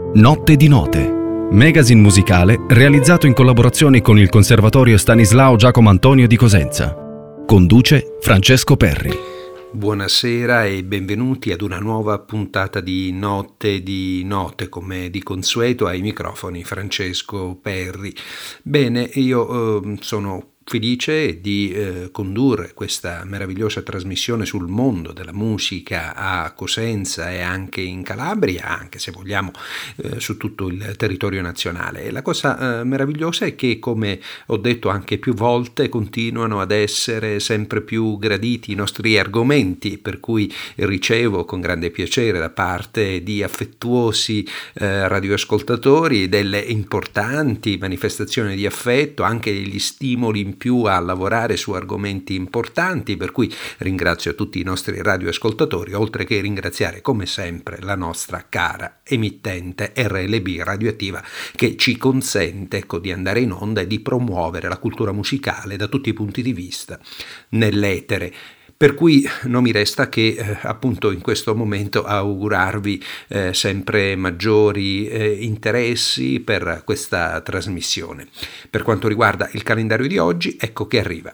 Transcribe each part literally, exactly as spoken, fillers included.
Notte di note, magazine musicale realizzato in collaborazione con il Conservatorio Stanislao Giacomo Antonio di Cosenza. Conduce Francesco Perri. Buonasera e benvenuti ad una nuova puntata di Notte di Note, come di consueto ai microfoni Francesco Perri. Bene, io eh, sono felice di eh, condurre questa meravigliosa trasmissione sul mondo della musica a Cosenza e anche in Calabria, anche se vogliamo eh, su tutto il territorio nazionale. E la cosa eh, meravigliosa è che, come ho detto anche più volte, continuano ad essere sempre più graditi i nostri argomenti, per cui ricevo con grande piacere da parte di affettuosi eh, radioascoltatori delle importanti manifestazioni di affetto, anche degli stimoli in più a lavorare su argomenti importanti, per cui ringrazio tutti i nostri radioascoltatori, oltre che ringraziare come sempre la nostra cara emittente R L B Radioattiva, che ci consente ecco, di andare in onda e di promuovere la cultura musicale da tutti i punti di vista nell'etere. Per cui non mi resta che eh, appunto in questo momento augurarvi eh, sempre maggiori eh, interessi per questa trasmissione. Per quanto riguarda il calendario di oggi, ecco che arriva.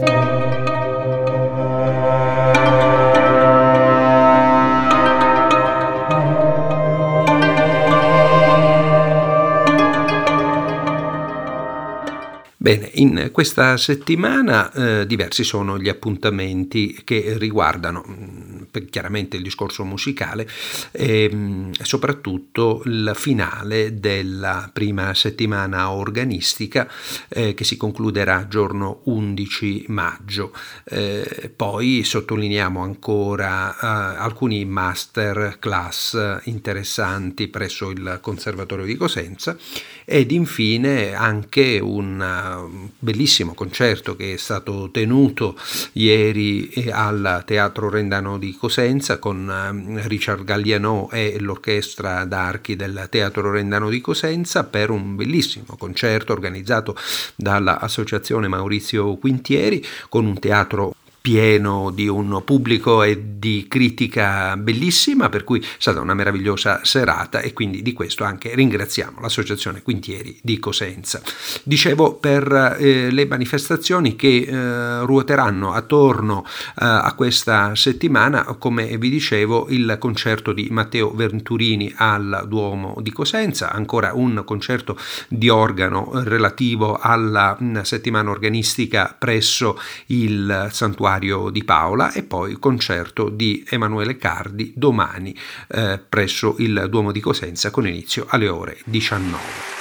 Bene, in questa settimana eh, diversi sono gli appuntamenti che riguardano mh, chiaramente il discorso musicale e mh, soprattutto il finale della prima settimana organistica eh, che si concluderà giorno undici maggio. Eh, poi sottolineiamo ancora eh, alcuni master class interessanti presso il Conservatorio di Cosenza ed infine anche un bellissimo concerto che è stato tenuto ieri al Teatro Rendano di Cosenza con Richard Galliano e l'orchestra d'archi del Teatro Rendano di Cosenza per un bellissimo concerto organizzato dall'Associazione Maurizio Quintieri, con un teatro pieno di un pubblico e di critica bellissima, per cui è stata una meravigliosa serata e quindi di questo anche ringraziamo l'Associazione Quintieri di Cosenza. Dicevo per eh, le manifestazioni che eh, ruoteranno attorno eh, a questa settimana, come vi dicevo, il concerto di Matteo Venturini al Duomo di Cosenza, ancora un concerto di organo relativo alla mh, settimana organistica presso il Santuario di Paola e poi concerto di Emanuele Cardi domani eh, presso il Duomo di Cosenza con inizio alle ore diciannove.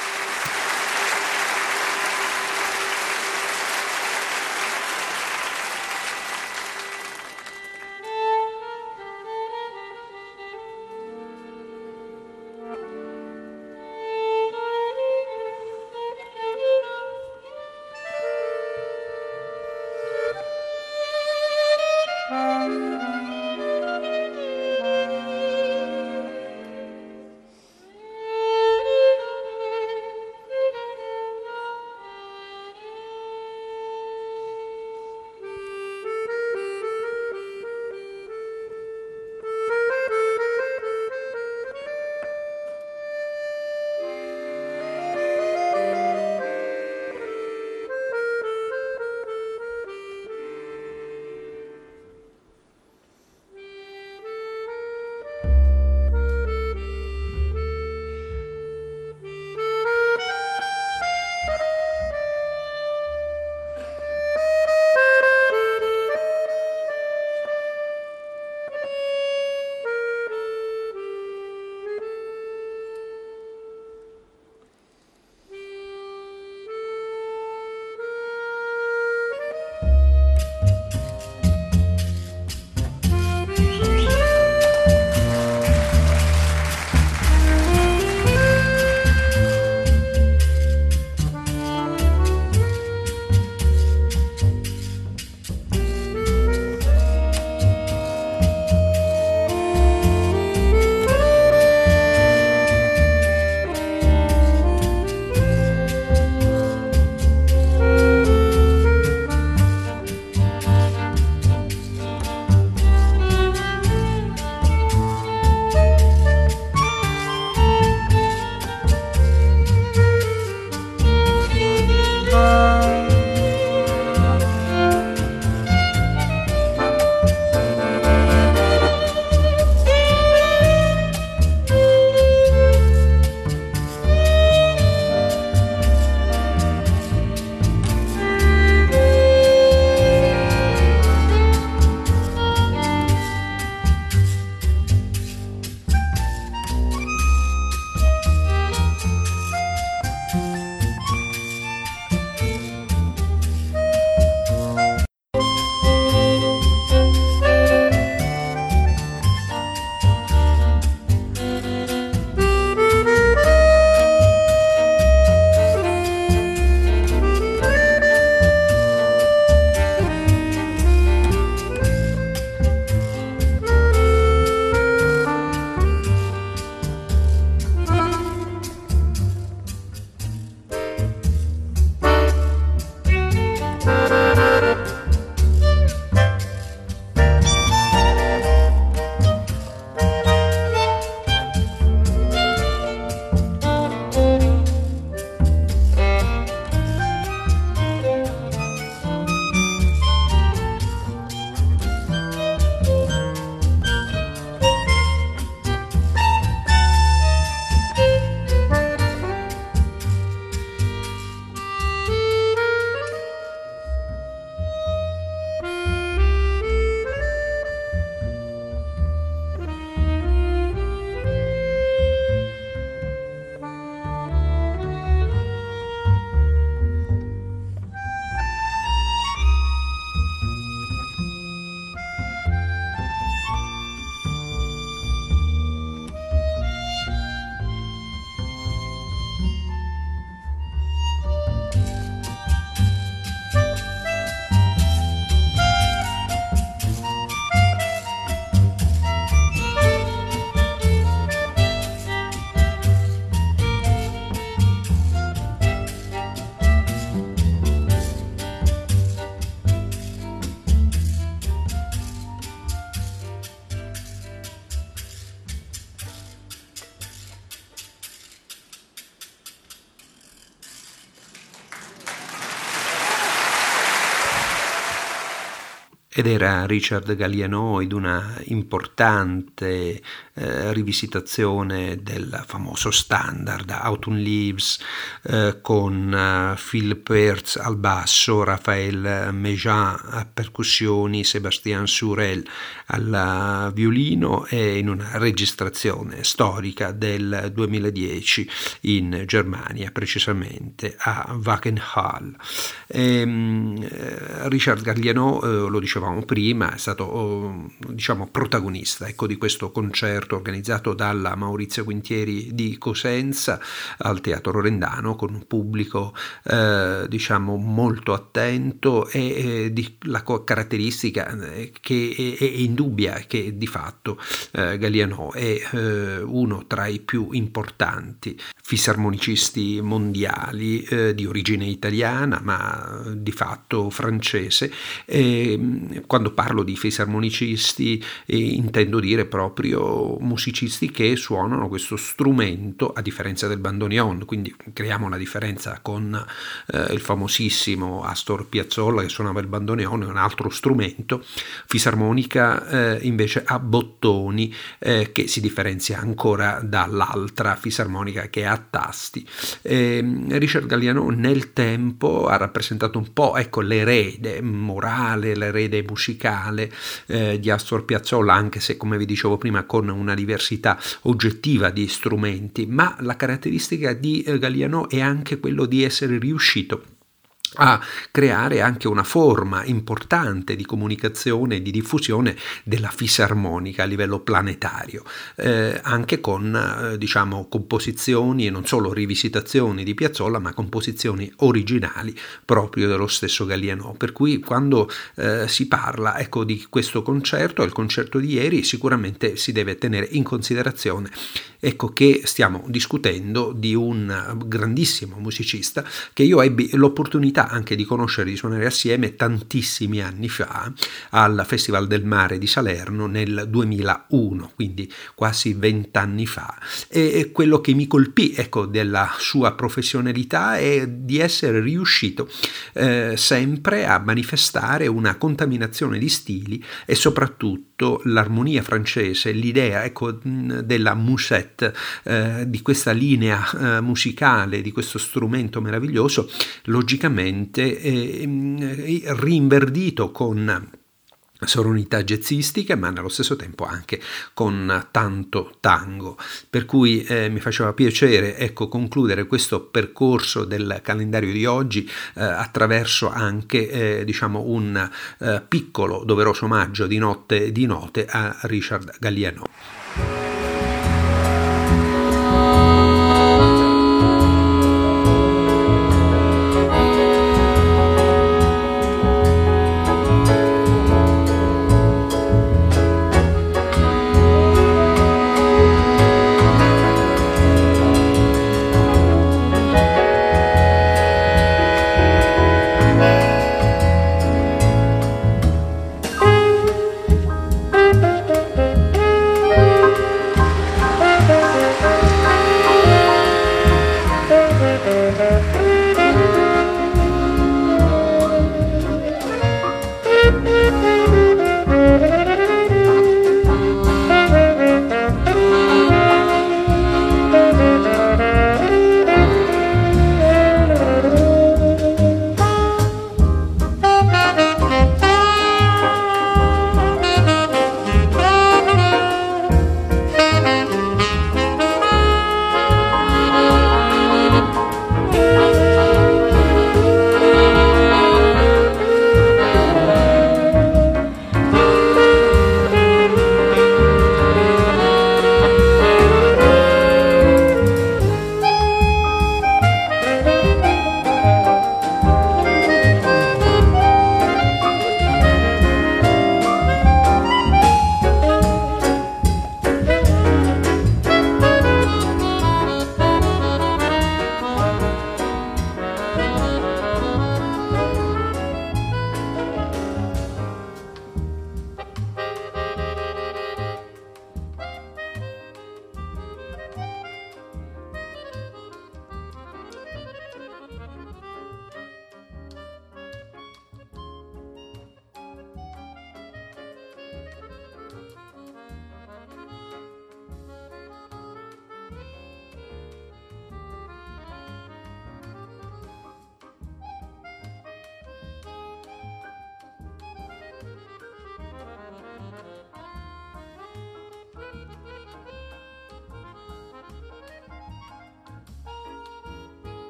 Ed era Richard Galliano ed una importante eh, rivisitazione del famoso standard Autumn Leaves eh, con uh, Phil Peart al basso, Raphaël Méjean a percussioni, Sébastien Surel al violino, e in una registrazione storica del duemiladieci in Germania, precisamente a Wachenhall. E, um, Richard Galliano, eh, lo dicevamo prima, è stato diciamo protagonista ecco, di questo concerto organizzato dalla Maurizio Guintieri di Cosenza al Teatro Rendano, con un pubblico eh, diciamo molto attento, e eh, di, la caratteristica che è, è indubbia che di fatto eh, Galliano è eh, uno tra i più importanti fisarmonicisti mondiali eh, di origine italiana ma di fatto francese. E, quando parlo di fisarmonicisti eh, intendo dire proprio musicisti che suonano questo strumento a differenza del bandoneon, quindi creiamo una differenza con eh, il famosissimo Astor Piazzolla che suonava il bandoneon, è un altro strumento. Fisarmonica eh, invece a bottoni, eh, che si differenzia ancora dall'altra fisarmonica che è a tasti. Eh, Richard Galliano nel tempo ha rappresentato un po' ecco l'erede morale, l'erede musicale eh, di Astor Piazzolla, anche se come vi dicevo prima con una diversità oggettiva di strumenti, ma la caratteristica di eh, Galliano è anche quello di essere riuscito a creare anche una forma importante di comunicazione e di diffusione della fisarmonica a livello planetario, eh, anche con eh, diciamo composizioni e non solo rivisitazioni di Piazzolla, ma composizioni originali proprio dello stesso Galliano. Per cui quando eh, si parla ecco di questo concerto, il concerto di ieri, sicuramente si deve tenere in considerazione ecco che stiamo discutendo di un grandissimo musicista che io ebbi l'opportunità anche di conoscere, di suonare assieme tantissimi anni fa al Festival del Mare di Salerno nel duemilauno, quindi quasi vent'anni fa. E quello che mi colpì ecco della sua professionalità è di essere riuscito eh, sempre a manifestare una contaminazione di stili e soprattutto l'armonia francese, l'idea ecco della musette, eh, di questa linea eh, musicale, di questo strumento meraviglioso, logicamente eh, rinverdito con sonorità jazzistiche, ma nello stesso tempo anche con tanto tango, per cui eh, mi faceva piacere ecco concludere questo percorso del calendario di oggi eh, attraverso anche eh, diciamo un eh, piccolo doveroso omaggio di notte di note a Richard Galliano.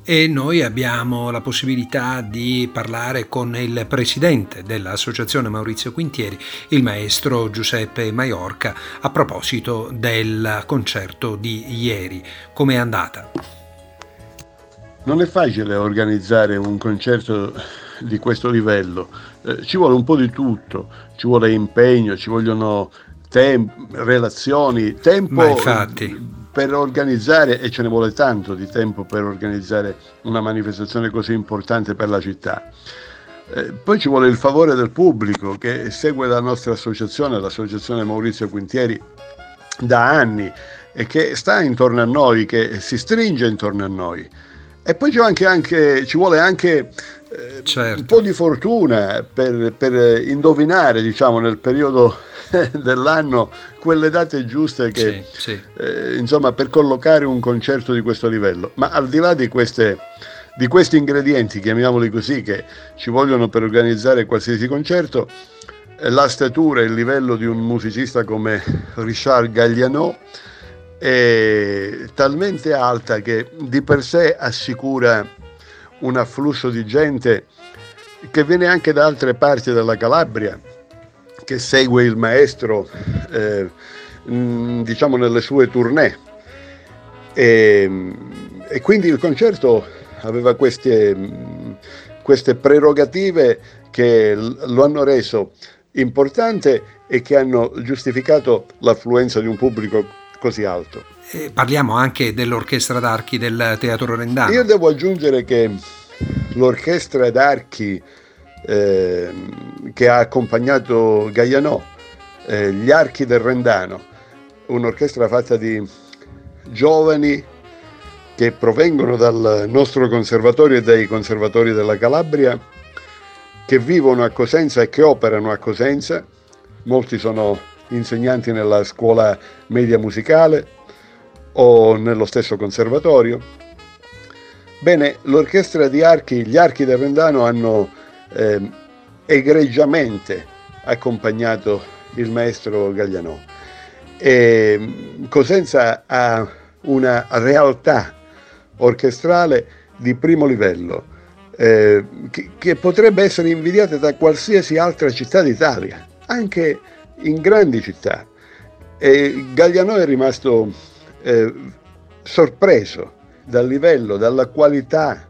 E noi abbiamo la possibilità di parlare con il presidente dell'Associazione Maurizio Quintieri, il maestro Giuseppe Maiorca, a proposito del concerto di ieri. Com'è andata? Non è facile organizzare un concerto di questo livello, eh, ci vuole un po' di tutto, ci vuole impegno, ci vogliono temp- relazioni, tempo. Ma infatti... per organizzare, e ce ne vuole tanto di tempo per organizzare una manifestazione così importante per la città. Eh, poi ci vuole il favore del pubblico che segue la nostra associazione, l'associazione Maurizio Quintieri, da anni e che sta intorno a noi, che si stringe intorno a noi. E poi c'è anche, anche, ci vuole anche eh, certo. un po' di fortuna per, per indovinare, diciamo, nel periodo dell'anno quelle date giuste che sì, sì. Eh, insomma, per collocare un concerto di questo livello. Ma al di là di queste di questi ingredienti, chiamiamoli così, che ci vogliono per organizzare qualsiasi concerto, eh, la statura e il livello di un musicista come Richard Galliano è talmente alta che di per sé assicura un afflusso di gente che viene anche da altre parti della Calabria, che segue il maestro eh, diciamo nelle sue tournée, e, e quindi il concerto aveva queste, queste prerogative che lo hanno reso importante e che hanno giustificato l'affluenza di un pubblico così alto. E parliamo anche dell'orchestra d'archi del Teatro Rendano. Io devo aggiungere che l'orchestra d'archi eh, che ha accompagnato Galliano, eh, gli Archi del Rendano, un'orchestra fatta di giovani che provengono dal nostro conservatorio e dai conservatori della Calabria, che vivono a Cosenza e che operano a Cosenza. Molti sono insegnanti nella scuola media musicale o nello stesso conservatorio. Bene, l'orchestra di archi, gli Archi del Rendano, hanno eh, egregiamente accompagnato il maestro Galliano. E Cosenza ha una realtà orchestrale di primo livello eh, che, che potrebbe essere invidiata da qualsiasi altra città d'Italia, anche in grandi città. E Galliano è rimasto eh, sorpreso dal livello, dalla qualità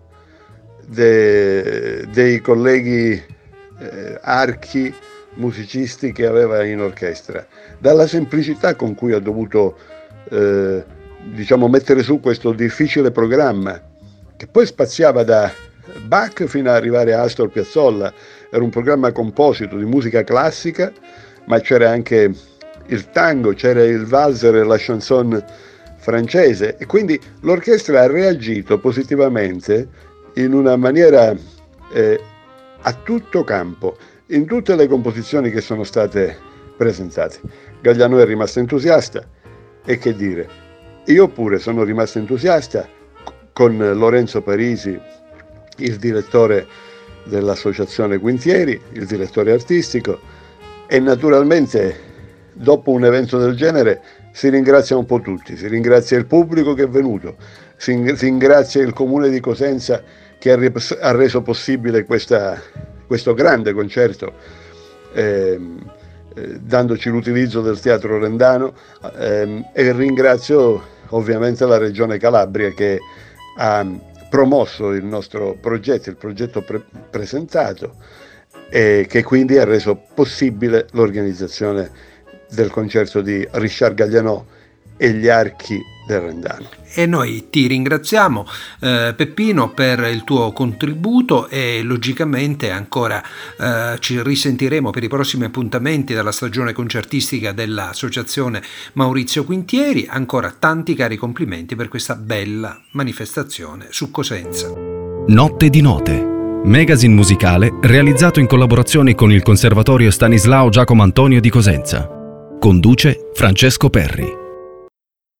de, dei colleghi eh, archi musicisti che aveva in orchestra, dalla semplicità con cui ha dovuto eh, diciamo mettere su questo difficile programma, che poi spaziava da Bach fino ad arrivare a Astor Piazzolla. Era un programma composito di musica classica, ma c'era anche il tango, c'era il valzer e la chanson francese, e quindi l'orchestra ha reagito positivamente in una maniera eh, a tutto campo, in tutte le composizioni che sono state presentate. Galliano è rimasto entusiasta, e che dire, io pure sono rimasto entusiasta con Lorenzo Parisi, il direttore dell'Associazione Quintieri, il direttore artistico, e naturalmente dopo un evento del genere si ringrazia un po' tutti, si ringrazia il pubblico che è venuto, si ringrazia il comune di Cosenza che ha reso possibile questa, questo grande concerto, eh, eh, dandoci l'utilizzo del Teatro Rendano, eh, e ringrazio ovviamente la Regione Calabria che ha promosso il nostro progetto, il progetto pre- presentato, e che quindi ha reso possibile l'organizzazione del concerto di Richard Galliano e gli Archi del Rendano. E noi ti ringraziamo eh, Peppino per il tuo contributo, e logicamente ancora eh, ci risentiremo per i prossimi appuntamenti della stagione concertistica dell'Associazione Maurizio Quintieri. Ancora tanti cari complimenti per questa bella manifestazione su Cosenza. Notte di Note, magazine musicale realizzato in collaborazione con il Conservatorio Stanislao Giacomo Antonio di Cosenza. Conduce Francesco Perri.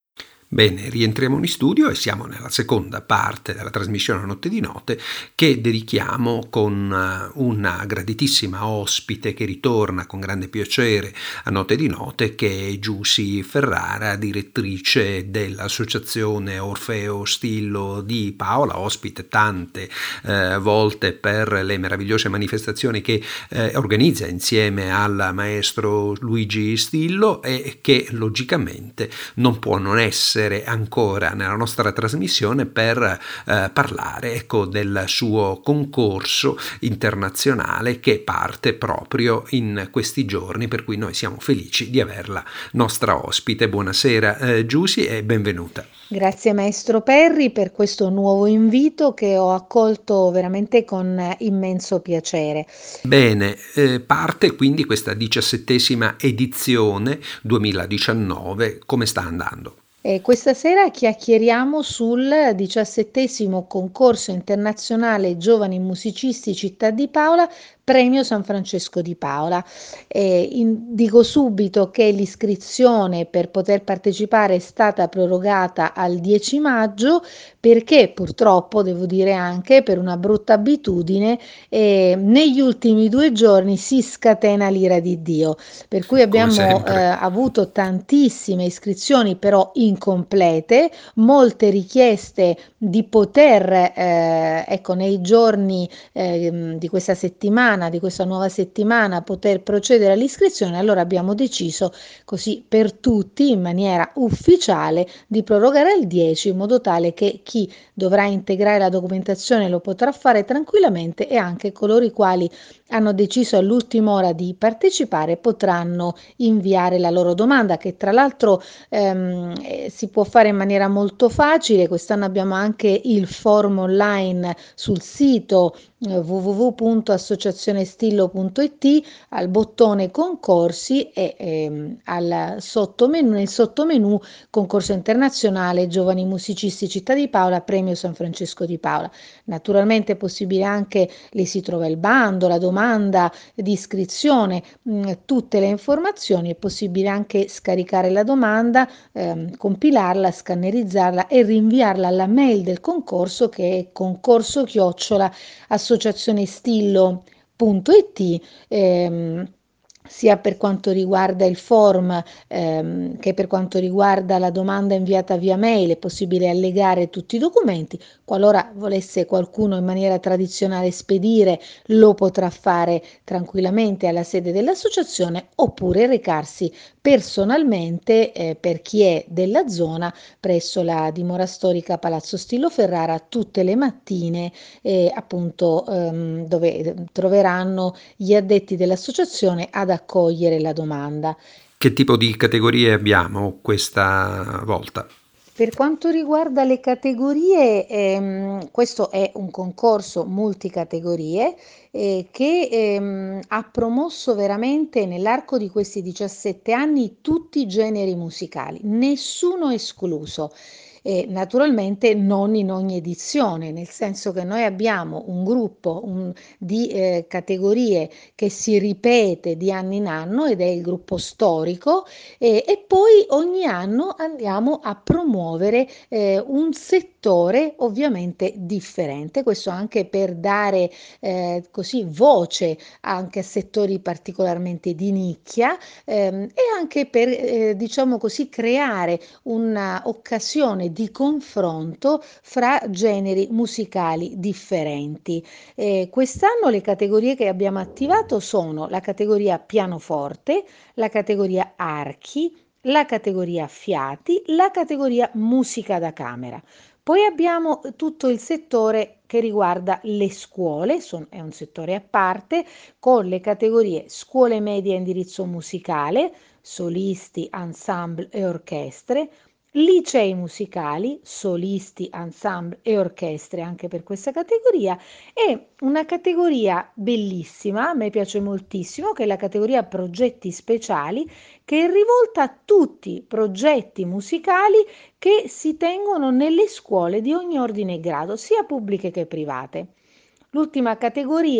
Bene, rientriamo in studio e siamo nella seconda parte della trasmissione Notte di Note, che dedichiamo con una graditissima ospite che ritorna con grande piacere a Notte di Note, che è Giusy Ferrara, direttrice dell'associazione Orfeo Stillo di Paola, ospite tante eh, volte per le meravigliose manifestazioni che eh, organizza insieme al maestro Luigi Stillo e che logicamente non può non essere ancora nella nostra trasmissione per eh, parlare ecco, del suo concorso internazionale che parte proprio in questi giorni, per cui noi siamo felici di averla nostra ospite. Buonasera eh, Giusy e benvenuta. Grazie maestro Perri per questo nuovo invito che ho accolto veramente con immenso piacere. Bene, eh, parte quindi questa diciassettesima edizione duemiladiciannove, come sta andando? E questa sera chiacchieriamo sul diciassettesimo concorso internazionale Giovani Musicisti Città di Paola, Premio San Francesco di Paola. Eh, in, dico subito che l'iscrizione per poter partecipare è stata prorogata al dieci maggio perché purtroppo, devo dire anche per una brutta abitudine, eh, negli ultimi due giorni si scatena l'ira di Dio, per cui abbiamo eh, avuto tantissime iscrizioni però incomplete, molte richieste di poter eh, ecco nei giorni eh, di questa settimana di questa nuova settimana poter procedere all'iscrizione. Allora abbiamo deciso così per tutti in maniera ufficiale di prorogare al dieci in modo tale che chi dovrà integrare la documentazione lo potrà fare tranquillamente e anche coloro i quali hanno deciso all'ultima ora di partecipare potranno inviare la loro domanda, che tra l'altro ehm, eh, si può fare in maniera molto facile. Quest'anno abbiamo anche il forum online sul sito w w w punto associazionestillo punto i t, al bottone concorsi e ehm, al sottomenu, nel sottomenu concorso internazionale Giovani Musicisti Città di Paola, Premio San Francesco di Paola. Naturalmente è possibile anche, lì si trova il bando, la domanda di iscrizione, mh, tutte le informazioni. È possibile anche scaricare la domanda, ehm, compilarla, scannerizzarla e rinviarla alla mail del concorso, che è concorso chiocciola associazionestillo punto i t, ehm, sia per quanto riguarda il form ehm, che per quanto riguarda la domanda inviata via mail. È possibile allegare tutti i documenti. Qualora volesse qualcuno in maniera tradizionale spedire, lo potrà fare tranquillamente alla sede dell'associazione oppure recarsi personalmente eh, per chi è della zona presso la dimora storica Palazzo Stillo Ferrara tutte le mattine, eh, appunto ehm, dove troveranno gli addetti dell'associazione ad accogliere la domanda. Che tipo di categorie abbiamo questa volta? Per quanto riguarda le categorie, ehm, questo è un concorso multicategorie eh, che ehm, ha promosso veramente nell'arco di questi diciassette anni tutti i generi musicali, nessuno escluso. E naturalmente non in ogni edizione, nel senso che noi abbiamo un gruppo un, di eh, categorie che si ripete di anno in anno ed è il gruppo storico, eh, e poi ogni anno andiamo a promuovere eh, un settore ovviamente differente, questo anche per dare eh, così voce anche a settori particolarmente di nicchia ehm, e anche per eh, diciamo così creare un'occasione di confronto fra generi musicali differenti. Eh, quest'anno le categorie che abbiamo attivato sono la categoria pianoforte, la categoria archi, la categoria fiati, la categoria musica da camera. Poi abbiamo tutto il settore che riguarda le scuole, son, è un settore a parte, con le categorie scuole medie a indirizzo musicale, solisti, ensemble e orchestre, licei musicali, solisti, ensemble e orchestre anche per questa categoria, e una categoria bellissima, a me piace moltissimo, che è la categoria progetti speciali, che è rivolta a tutti i progetti musicali che si tengono nelle scuole di ogni ordine e grado, sia pubbliche che private. L'ultima categoria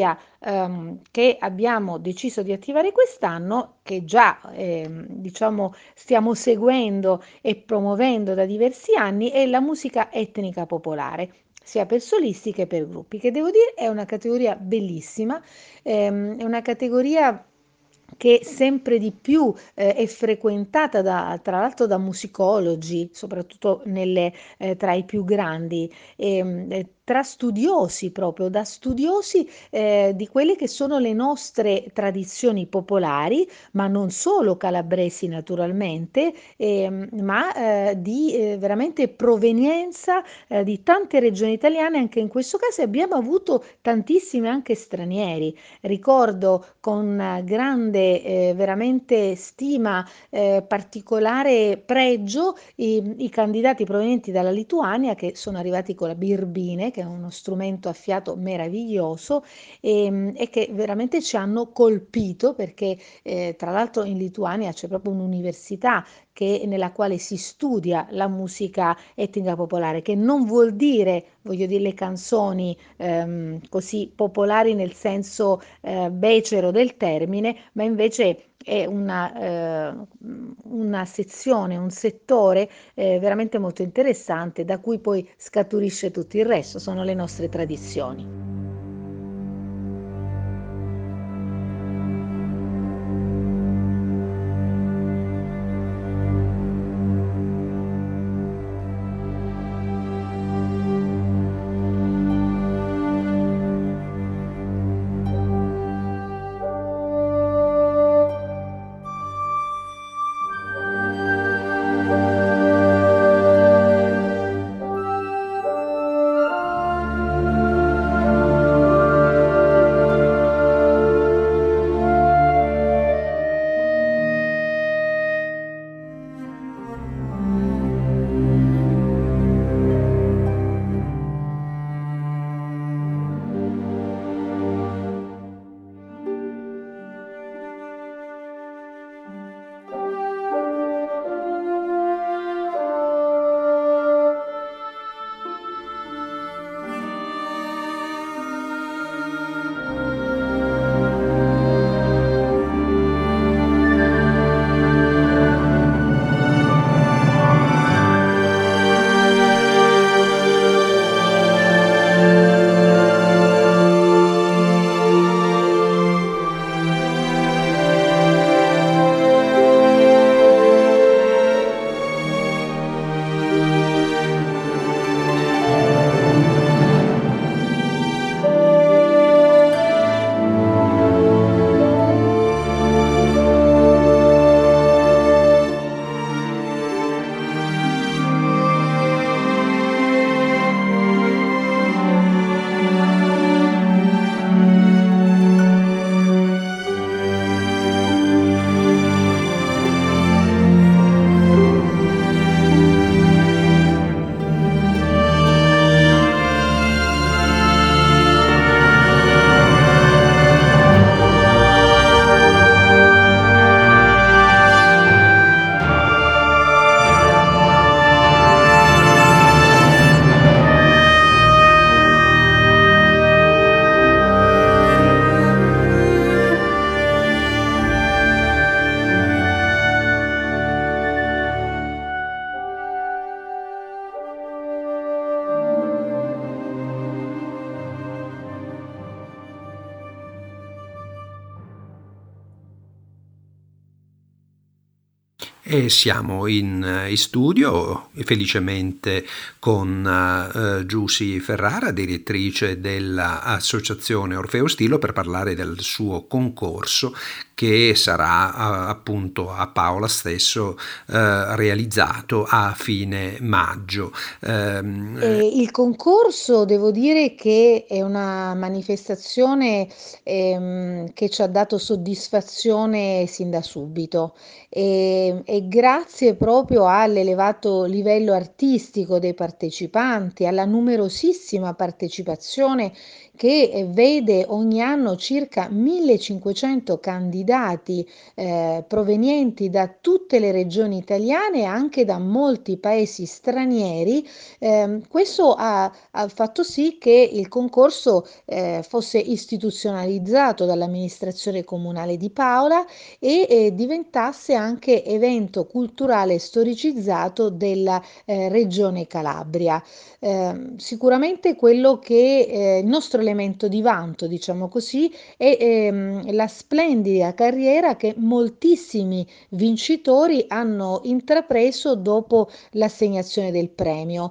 ehm, che abbiamo deciso di attivare quest'anno, che già ehm, diciamo stiamo seguendo e promuovendo da diversi anni, è la musica etnica popolare, sia per solisti che per gruppi, che devo dire è una categoria bellissima, ehm, è una categoria che sempre di più eh, è frequentata da, tra l'altro da musicologi, soprattutto nelle, eh, tra i più grandi, ehm, eh, tra studiosi proprio, da studiosi eh, di quelle che sono le nostre tradizioni popolari, ma non solo calabresi naturalmente, ehm, ma eh, di eh, veramente provenienza eh, di tante regioni italiane. Anche in questo caso abbiamo avuto tantissimi anche stranieri. Ricordo con eh, grande eh, veramente stima, eh, particolare pregio i, i candidati provenienti dalla Lituania che sono arrivati con la birbine, che è uno strumento a fiato meraviglioso e, e che veramente ci hanno colpito perché eh, tra l'altro in Lituania c'è proprio un'università che, nella quale si studia la musica etnica popolare, che non vuol dire, voglio dire, le canzoni ehm, così popolari nel senso eh, becero del termine, ma invece è una, eh, una sezione, un settore eh, veramente molto interessante da cui poi scaturisce tutto il resto, sono le nostre tradizioni. E siamo in, in studio felicemente con uh, Giusy Ferrara, direttrice dell'Associazione Orfeo Stilo, per parlare del suo concorso che sarà uh, appunto a Paola stesso uh, realizzato a fine maggio. Um, eh, il concorso, devo dire che è una manifestazione ehm, che ci ha dato soddisfazione sin da subito. E, e grazie proprio all'elevato livello artistico dei partecipanti, alla numerosissima partecipazione che eh, vede ogni anno circa millecinquecento candidati eh, provenienti da tutte le regioni italiane e anche da molti paesi stranieri. Eh, questo ha, ha fatto sì che il concorso eh, fosse istituzionalizzato dall'amministrazione comunale di Paola e eh, diventasse anche evento culturale storicizzato della eh, regione Calabria. Eh, sicuramente quello che eh, il nostro elemento di vanto, diciamo così, è ehm, la splendida carriera che moltissimi vincitori hanno intrapreso dopo l'assegnazione del premio.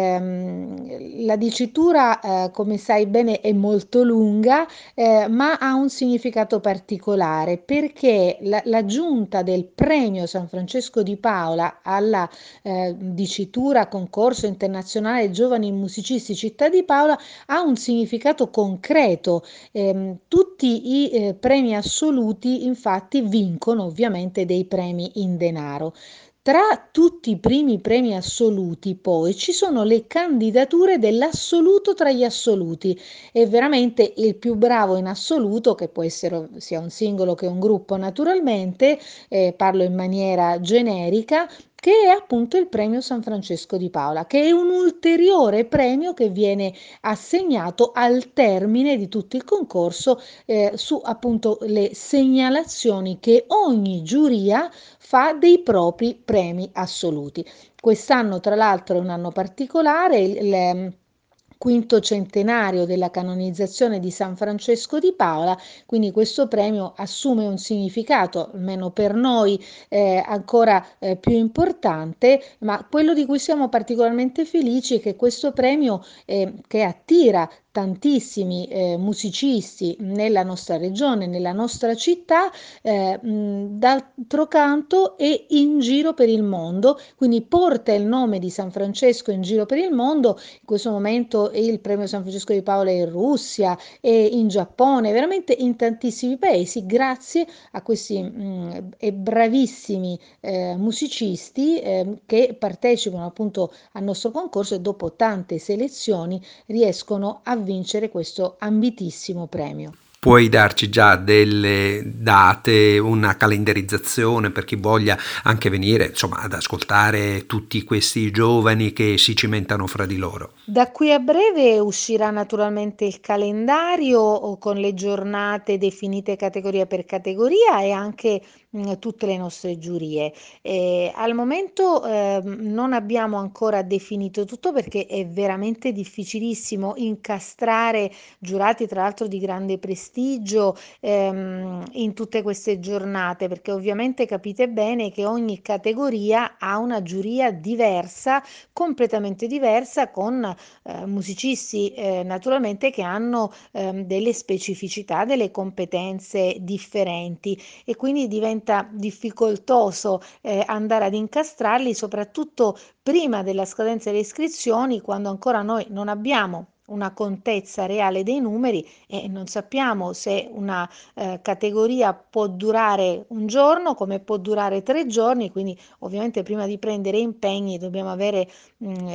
Ehm, la dicitura, eh, come sai bene, è molto lunga, eh, ma ha un significato particolare perché la, l'aggiunta del premio San Francesco di Paola alla eh, dicitura concorso internazionale giovani musicisti Città di Paola ha un significato concreto. Eh, tutti i eh, premi assoluti infatti vincono ovviamente dei premi in denaro. Tra tutti i primi premi assoluti poi ci sono le candidature dell'assoluto tra gli assoluti e veramente il più bravo in assoluto, che può essere sia un singolo che un gruppo naturalmente, eh, parlo in maniera generica, che è appunto il premio San Francesco di Paola, che è un ulteriore premio che viene assegnato al termine di tutto il concorso eh, su appunto le segnalazioni che ogni giuria fa dei propri premi assoluti. Quest'anno, tra l'altro, è un anno particolare, il, il quinto centenario della canonizzazione di San Francesco di Paola, quindi questo premio assume un significato, almeno per noi, eh, ancora eh, più importante, ma quello di cui siamo particolarmente felici è che questo premio eh, che attira tantissimi eh, musicisti nella nostra regione, nella nostra città, eh, mh, d'altro canto è in giro per il mondo, quindi porta il nome di San Francesco in giro per il mondo. In questo momento il premio San Francesco di Paola è in Russia e in Giappone, veramente in tantissimi paesi, grazie a questi mh, e bravissimi eh, musicisti eh, che partecipano appunto al nostro concorso e dopo tante selezioni riescono a vincere questo ambitissimo premio. Puoi darci già delle date, una calendarizzazione per chi voglia anche venire, insomma, ad ascoltare tutti questi giovani che si cimentano fra di loro? Da qui a breve uscirà naturalmente il calendario con le giornate definite categoria per categoria e anche mh, tutte le nostre giurie. Eh, al momento eh, non abbiamo ancora definito tutto perché è veramente difficilissimo incastrare giurati, tra l'altro di grande prestigio, ehm, in tutte queste giornate, perché ovviamente capite bene che ogni categoria ha una giuria diversa, completamente diversa, con eh, musicisti eh, naturalmente che hanno ehm, delle specificità, delle competenze differenti e quindi diventa difficoltoso eh, andare ad incastrarli, soprattutto prima della scadenza delle iscrizioni, quando ancora noi non abbiamo una contezza reale dei numeri e non sappiamo se una eh, categoria può durare un giorno come può durare tre giorni, quindi ovviamente prima di prendere impegni dobbiamo avere mh,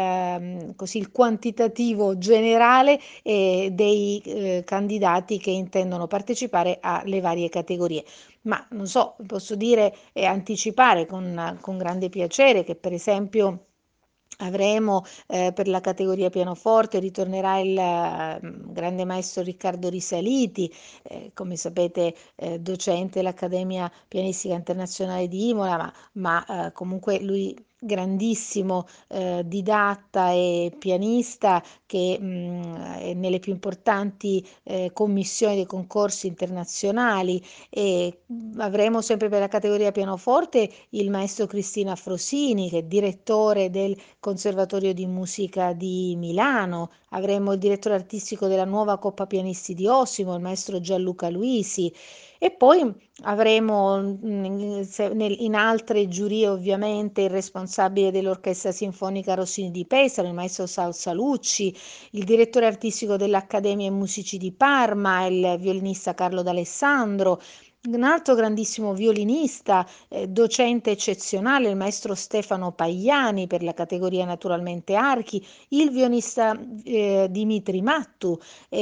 il, così, il quantitativo generale eh, dei eh, candidati che intendono partecipare alle varie categorie. Ma non so, posso dire e anticipare con, con grande piacere che per esempio avremo eh, per la categoria pianoforte ritornerà il eh, grande maestro Riccardo Risaliti, eh, come sapete eh, docente dell'Accademia Pianistica Internazionale di Imola, ma, ma eh, comunque lui grandissimo eh, didatta e pianista che mh, è nelle più importanti eh, commissioni dei concorsi internazionali e avremo sempre per la categoria pianoforte il maestro Cristina Afrosini che è direttore del Conservatorio di Musica di Milano, avremo il direttore artistico della nuova Coppa Pianisti di Osimo, il maestro Gianluca Luisi e poi avremo in altre giurie ovviamente il responsabile dell'Orchestra Sinfonica Rossini di Pesaro, il maestro Sal Salucci, il direttore artistico dell'Accademia Musici di Parma, il violinista Carlo D'Alessandro, Un altro grandissimo violinista, eh, docente eccezionale, il maestro Stefano Pagliani per la categoria naturalmente archi, il violinista eh, Dimitri Mattu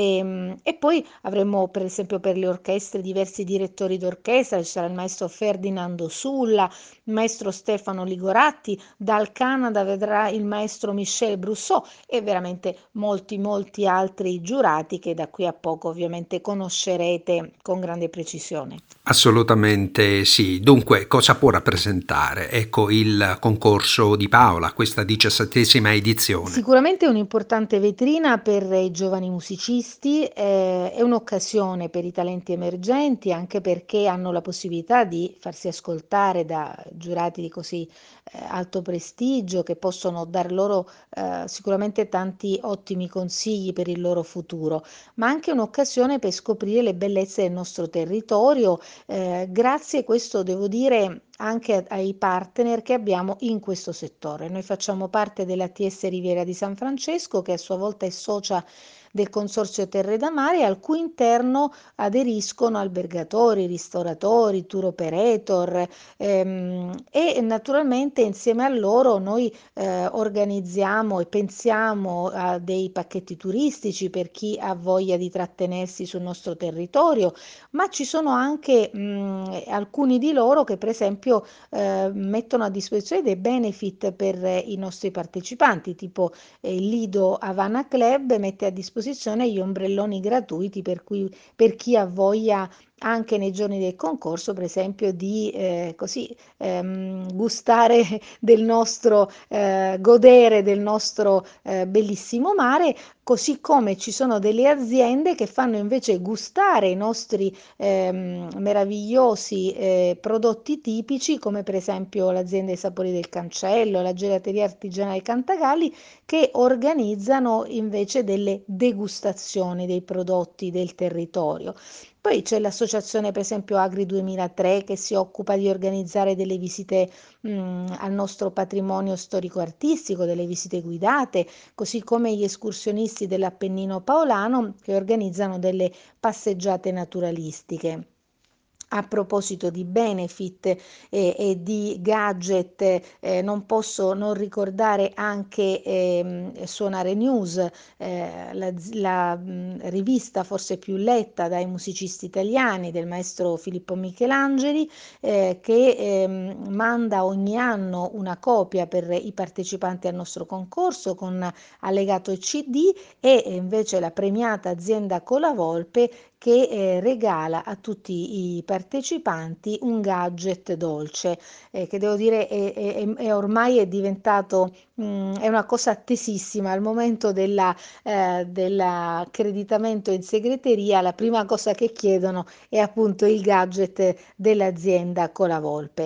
e, e poi avremo per esempio per le orchestre diversi direttori d'orchestra, ci sarà il maestro Ferdinando Sulla, il maestro Stefano Ligoratti, dal Canada vedrà il maestro Michel Brousseau e veramente molti molti altri giurati che da qui a poco ovviamente conoscerete con grande precisione. Assolutamente sì. Dunque, cosa può rappresentare, ecco, il concorso di Paola, questa diciassettesima edizione? Sicuramente è un'importante vetrina per i giovani musicisti, eh, è un'occasione per i talenti emergenti, anche perché hanno la possibilità di farsi ascoltare da giurati di così eh, alto prestigio che possono dar loro eh, sicuramente tanti ottimi consigli per il loro futuro, ma anche un'occasione per scoprire le bellezze del nostro territorio. Eh, grazie, questo devo dire, anche ai partner che abbiamo in questo settore. Noi facciamo parte della T S Riviera di San Francesco, che a sua volta è socia del Consorzio Terre da Mare, al cui interno aderiscono albergatori, ristoratori, tour operator ehm, e naturalmente insieme a loro noi eh, organizziamo e pensiamo a dei pacchetti turistici per chi ha voglia di trattenersi sul nostro territorio, ma ci sono anche mh, alcuni di loro che per esempio eh, mettono a disposizione dei benefit per eh, i nostri partecipanti, tipo eh, il Lido Havana Club mette a disposizione gli ombrelloni gratuiti per cui per chi ha voglia anche nei giorni del concorso, per esempio, di eh, così ehm, gustare del nostro, eh, godere del nostro eh, bellissimo mare, così come ci sono delle aziende che fanno invece gustare i nostri ehm, meravigliosi eh, prodotti tipici, come per esempio l'azienda dei sapori del Cancello, la gelateria artigianale Cantagalli, che organizzano invece delle degustazioni dei prodotti del territorio. Poi c'è l'associazione, per esempio, Agri duemilatré, che si occupa di organizzare delle visite mh, al nostro patrimonio storico-artistico, delle visite guidate, così come gli escursionisti dell'Appennino paolano che organizzano delle passeggiate naturalistiche. A proposito di benefit eh, e di gadget, eh, non posso non ricordare anche ehm, Suonare News, eh, la, la mh, rivista forse più letta dai musicisti italiani del maestro Filippo Michelangeli, eh, che ehm, manda ogni anno una copia per i partecipanti al nostro concorso con allegato C D e invece la premiata azienda Colavolpe che eh, regala a tutti i partecipanti un gadget dolce, eh, che devo dire è, è, è ormai è diventato, mh, è una cosa attesissima. Al momento della, eh, dell'accreditamento in segreteria, la prima cosa che chiedono è appunto il gadget dell'azienda Colavolpe.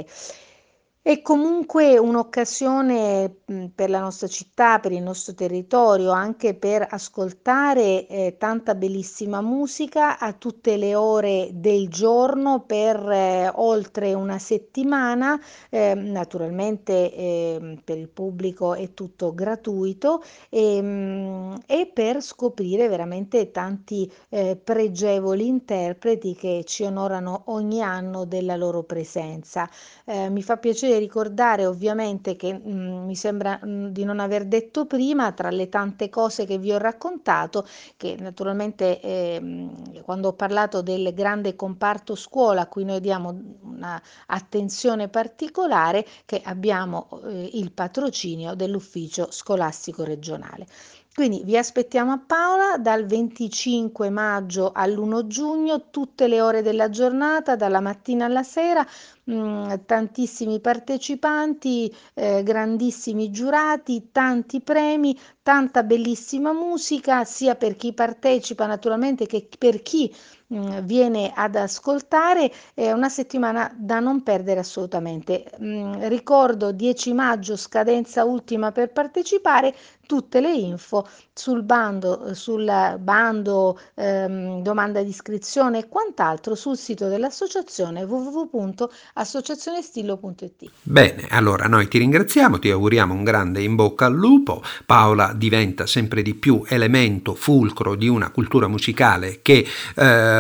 È comunque un'occasione mh, per la nostra città, per il nostro territorio, anche per ascoltare eh, tanta bellissima musica a tutte le ore del giorno per eh, oltre una settimana. Eh, naturalmente eh, per il pubblico è tutto gratuito e, mh, e per scoprire veramente tanti eh, pregevoli interpreti che ci onorano ogni anno della loro presenza. Eh, mi fa piacere ricordare ovviamente che mh, mi sembra mh, di non aver detto prima, tra le tante cose che vi ho raccontato, che naturalmente ehm, quando ho parlato del grande comparto scuola a cui noi diamo una attenzione particolare, che abbiamo eh, il patrocinio dell'ufficio scolastico regionale. Quindi vi aspettiamo a Paola dal venticinque maggio all'primo giugno, tutte le ore della giornata, dalla mattina alla sera, mh, tantissimi partecipanti, eh, grandissimi giurati, tanti premi, tanta bellissima musica, sia per chi partecipa naturalmente che per chi mh, viene ad ascoltare. È una settimana da non perdere assolutamente. Mh, ricordo dieci maggio, scadenza ultima per partecipare. Tutte le info sul bando, sul bando ehm, domanda di iscrizione e quant'altro sul sito dell'associazione w w w punto associazione stillo punto i t. Bene, allora noi ti ringraziamo, ti auguriamo un grande in bocca al lupo. Paola diventa sempre di più elemento fulcro di una cultura musicale che eh,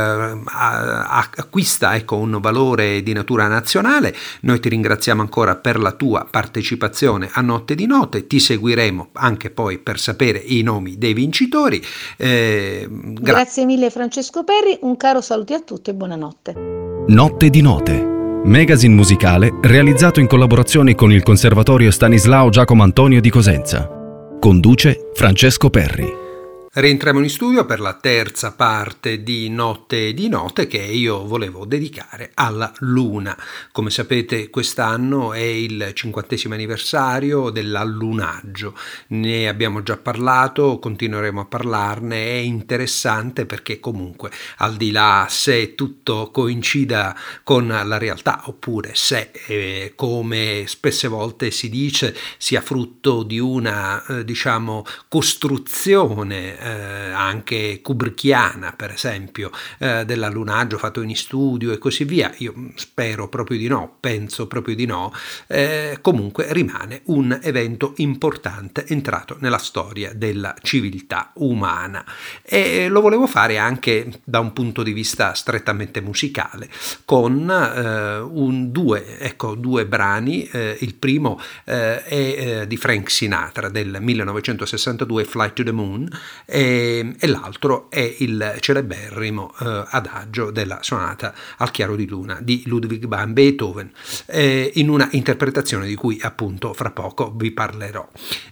acquista ecco, un valore di natura nazionale. Noi ti ringraziamo ancora per la tua partecipazione a Notte di Note, ti seguiremo anche poi per sapere i nomi dei vincitori. Eh, gra- Grazie mille Francesco Perri, un caro saluto a tutti e buonanotte. Notte di Note, magazine musicale realizzato in collaborazione con il Conservatorio Stanislao Giacomo Antonio di Cosenza. Conduce Francesco Perri. Rientriamo in studio per la terza parte di Notte di Note che io volevo dedicare alla Luna. Come sapete quest'anno è il cinquantesimo anniversario dell'allunaggio, ne abbiamo già parlato, continueremo a parlarne, è interessante perché comunque al di là se tutto coincida con la realtà oppure se eh, come spesse volte si dice sia frutto di una eh, diciamo costruzione Eh, anche kubrickiana per esempio eh, dell'allunaggio fatto in studio e così via, io spero proprio di no, penso proprio di no, eh, comunque rimane un evento importante entrato nella storia della civiltà umana e lo volevo fare anche da un punto di vista strettamente musicale con eh, un, due, ecco, due brani, eh, il primo eh, è eh, di Frank Sinatra del millenovecentosessantadue, Flight to the Moon, E, e l'altro è il celeberrimo eh, adagio della sonata al chiaro di luna di Ludwig van Beethoven, eh, in una interpretazione di cui appunto fra poco vi parlerò.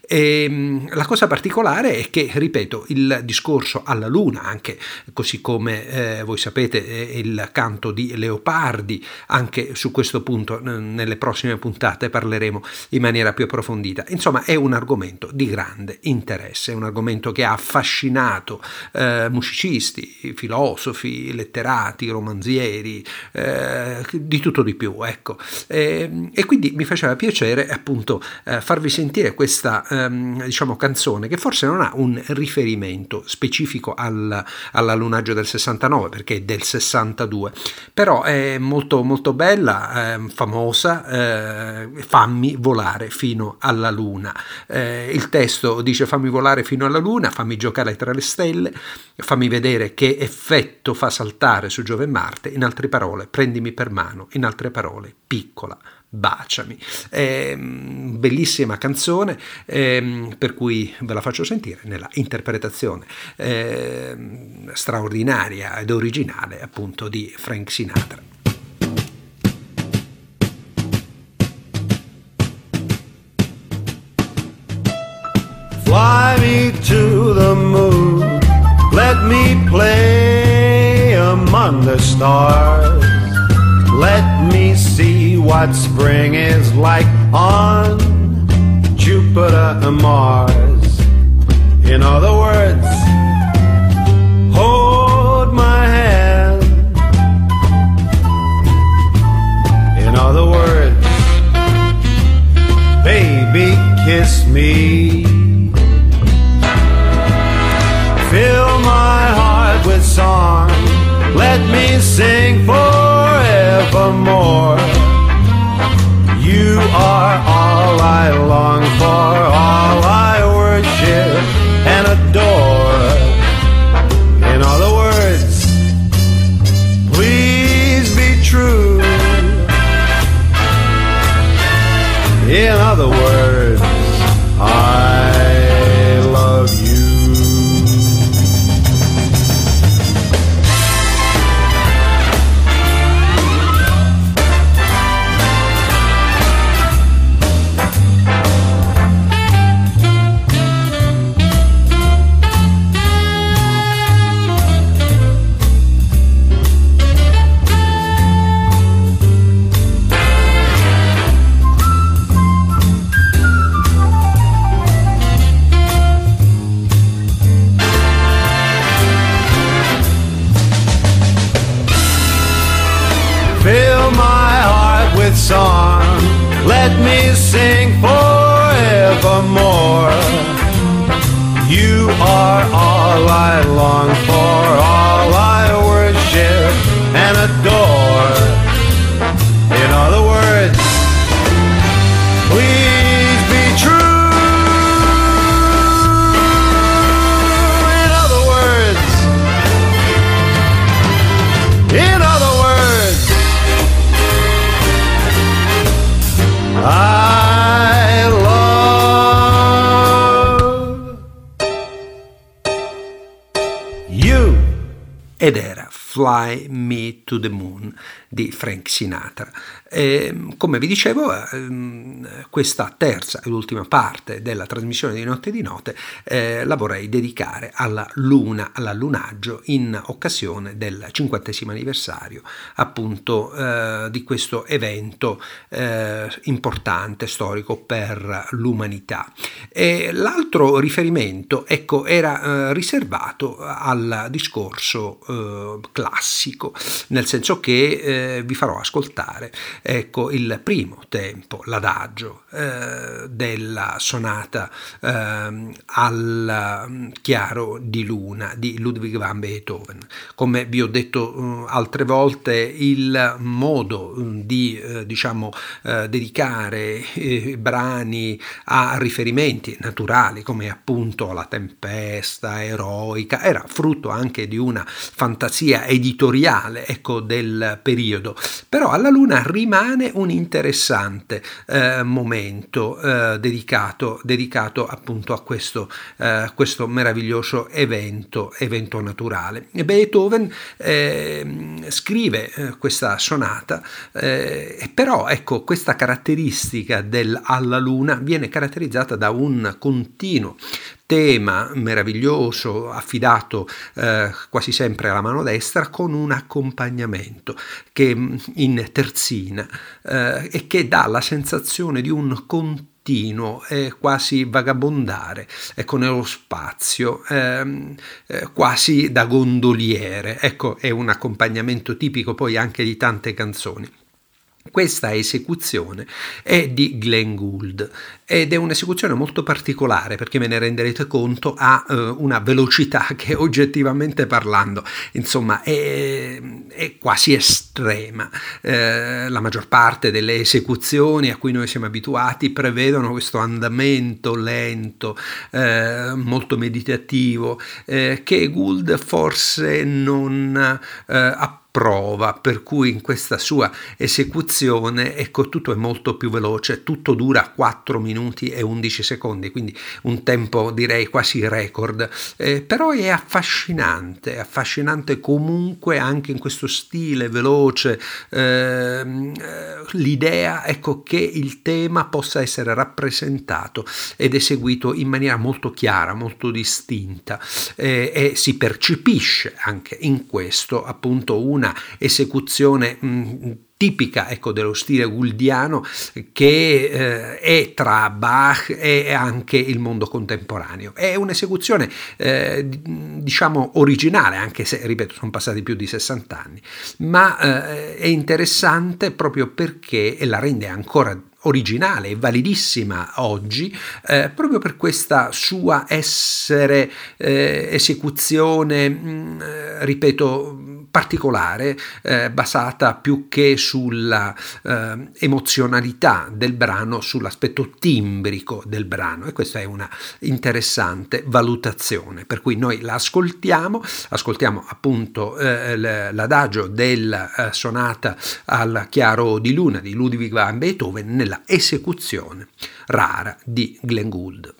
E, la cosa particolare è che, ripeto, il discorso alla luna, anche così come eh, voi sapete eh, il canto di Leopardi, anche su questo punto n- nelle prossime puntate parleremo in maniera più approfondita. Insomma, è un argomento di grande interesse, è un argomento che ha affascinato eh, musicisti, filosofi, letterati, romanzieri, eh, di tutto di più, ecco. E, e quindi mi faceva piacere appunto eh, farvi sentire questa ehm, diciamo canzone che forse non ha un riferimento specifico al, all'allunaggio del sessantanove perché è del sessantadue, però è molto molto bella, eh, famosa, eh, fammi volare fino alla luna. Eh, il testo dice fammi volare fino alla luna, fammi giocare tra le stelle, fammi vedere che effetto fa saltare su Giove e Marte, in altre parole prendimi per mano, in altre parole piccola, baciami. È bellissima canzone, eh, per cui ve la faccio sentire nella interpretazione eh, straordinaria ed originale appunto di Frank Sinatra. Fly me to the moon, let me play among the stars. Let me see what spring is like on Jupiter and Mars. In other words, hold my hand. In other words, baby, kiss me. Fill my heart with song, let me sing forevermore. You are all I long for, all I worship and adore. In other words, please be true. In other words, I love you. Song, let me sing forevermore. You are all I long for, all I worship and adore. In other words, please be true. In other words, in other words, I love you. Ed era Fly Me to the Moon di Frank Sinatra. E, come vi dicevo, ehm, questa terza e ultima parte della trasmissione di Notte di Note eh, la vorrei dedicare alla luna, all'allunaggio, in occasione del cinquantesimo anniversario appunto eh, di questo evento eh, importante, storico per l'umanità. E l'altro riferimento, ecco, era eh, riservato al discorso eh, classico, nel senso che eh, vi farò ascoltare ecco il primo tempo, l'adagio eh, della sonata eh, al chiaro di luna di Ludwig van Beethoven. Come vi ho detto eh, altre volte, il modo di eh, diciamo eh, dedicare eh, brani a riferimenti naturali come appunto la tempesta eroica era frutto anche di una fantasia editoriale ecco del periodo, però alla luna rimane un interessante eh, momento eh, dedicato, dedicato appunto a questo, eh, questo meraviglioso evento, evento naturale. E Beethoven eh, scrive eh, questa sonata, eh, però ecco questa caratteristica del alla luna viene caratterizzata da un continuo tema meraviglioso affidato eh, quasi sempre alla mano destra con un accompagnamento che in terzina eh, e che dà la sensazione di un continuo e quasi vagabondare ecco nello spazio ehm, eh, quasi da gondoliere. Ecco, è un accompagnamento tipico poi anche di tante canzoni. Questa esecuzione è di Glenn Gould ed è un'esecuzione molto particolare perché, ve ne renderete conto, ha eh, una velocità che oggettivamente parlando insomma è, è quasi estrema. Eh, la maggior parte delle esecuzioni a cui noi siamo abituati prevedono questo andamento lento, eh, molto meditativo, eh, che Gould forse non eh, prova, per cui in questa sua esecuzione ecco tutto è molto più veloce, tutto dura quattro minuti e undici secondi, quindi un tempo direi quasi record, eh, però è affascinante, affascinante comunque anche in questo stile veloce, eh, l'idea ecco che il tema possa essere rappresentato ed eseguito in maniera molto chiara, molto distinta, eh, e si percepisce anche in questo appunto una esecuzione mh, tipica ecco dello stile gouldiano che eh, è tra Bach e anche il mondo contemporaneo. È un'esecuzione eh, diciamo originale, anche se ripeto sono passati più di sessanta anni, ma eh, è interessante proprio perché e la rende ancora originale e validissima oggi, eh, proprio per questa sua essere eh, esecuzione, mh, ripeto, particolare, eh, basata più che sulla eh, emozionalità del brano, sull'aspetto timbrico del brano, e questa è una interessante valutazione, per cui noi la ascoltiamo, ascoltiamo appunto eh, l'adagio della eh, sonata al chiaro di luna di Ludwig van Beethoven nella esecuzione rara di Glenn Gould.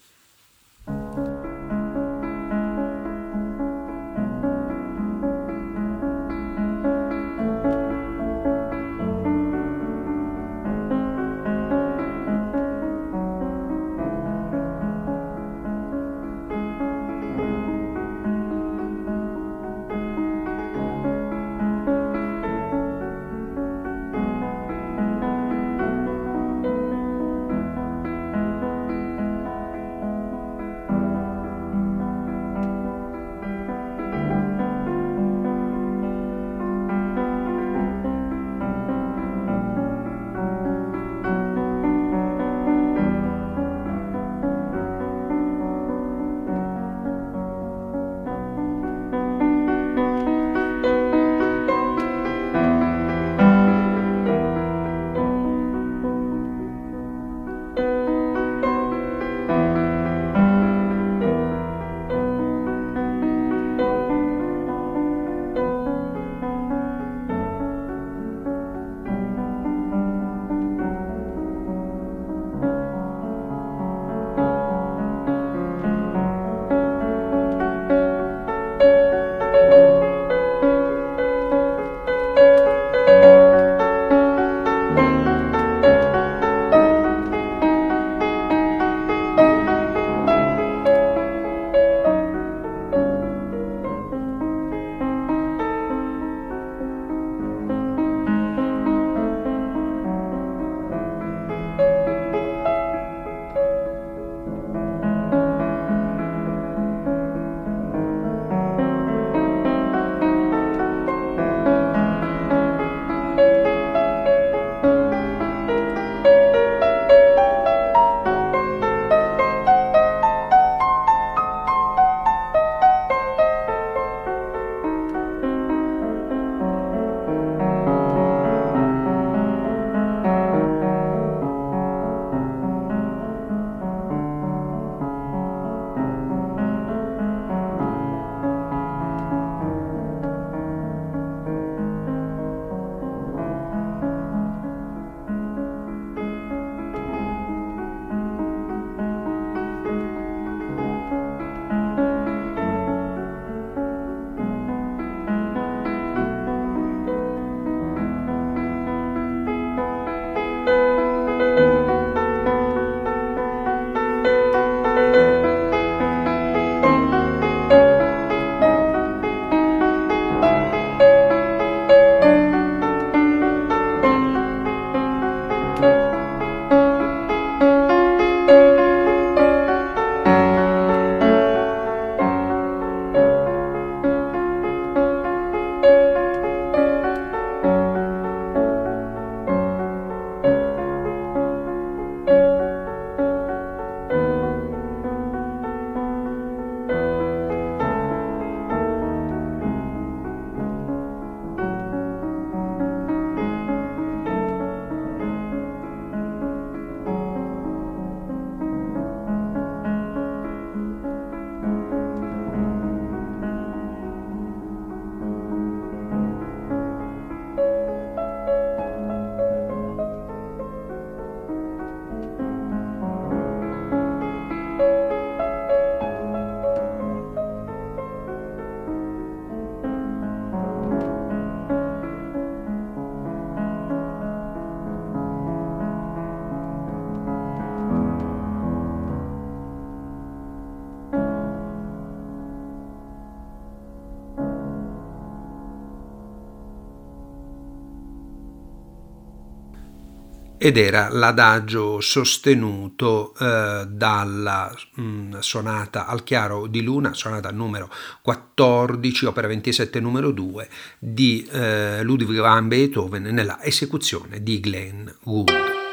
ed era l'adagio sostenuto eh, dalla mh, sonata al chiaro di luna, sonata numero quattordici, opera ventisette numero due di eh, Ludwig van Beethoven nella esecuzione di Glenn Gould.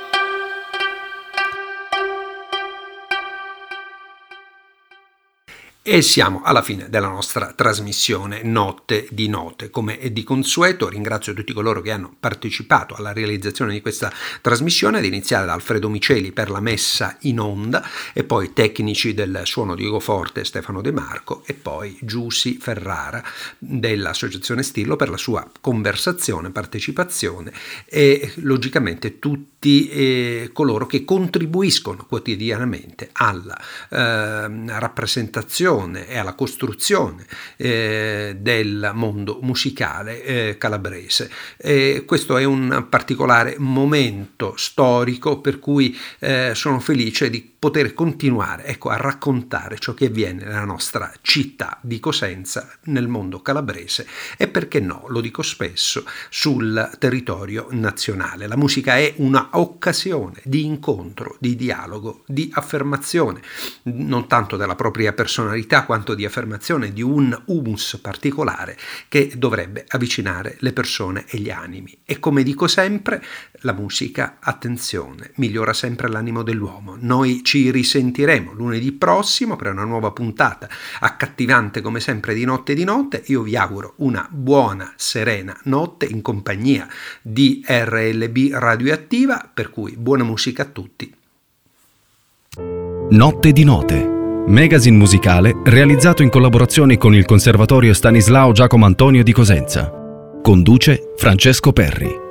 E siamo alla fine della nostra trasmissione Notte di Note. Come è di consueto, ringrazio tutti coloro che hanno partecipato alla realizzazione di questa trasmissione, ad iniziare da Alfredo Miceli per la messa in onda, e poi tecnici del suono Diego Forte e Stefano De Marco, e poi Giussi Ferrara dell'Associazione Stillo per la sua conversazione, partecipazione, e logicamente tutti eh, coloro che contribuiscono quotidianamente alla eh, rappresentazione e alla costruzione eh, del mondo musicale eh, calabrese. E questo è un particolare momento storico per cui eh, sono felice di poter continuare, ecco, a raccontare ciò che avviene nella nostra città di Cosenza, nel mondo calabrese e, perché no, lo dico spesso, sul territorio nazionale. La musica è una occasione di incontro, di dialogo, di affermazione, non tanto della propria personalità quanto di affermazione di un humus particolare che dovrebbe avvicinare le persone e gli animi. E come dico sempre, la musica, attenzione, migliora sempre l'animo dell'uomo. Noi ci risentiremo lunedì prossimo per una nuova puntata accattivante come sempre di Notte di Note. Io vi auguro una buona, serena notte in compagnia di R L B Radioattiva, per cui buona musica a tutti. Notte di Note, magazine musicale realizzato in collaborazione con il Conservatorio Stanislao Giacomo Antonio di Cosenza. Conduce Francesco Perri.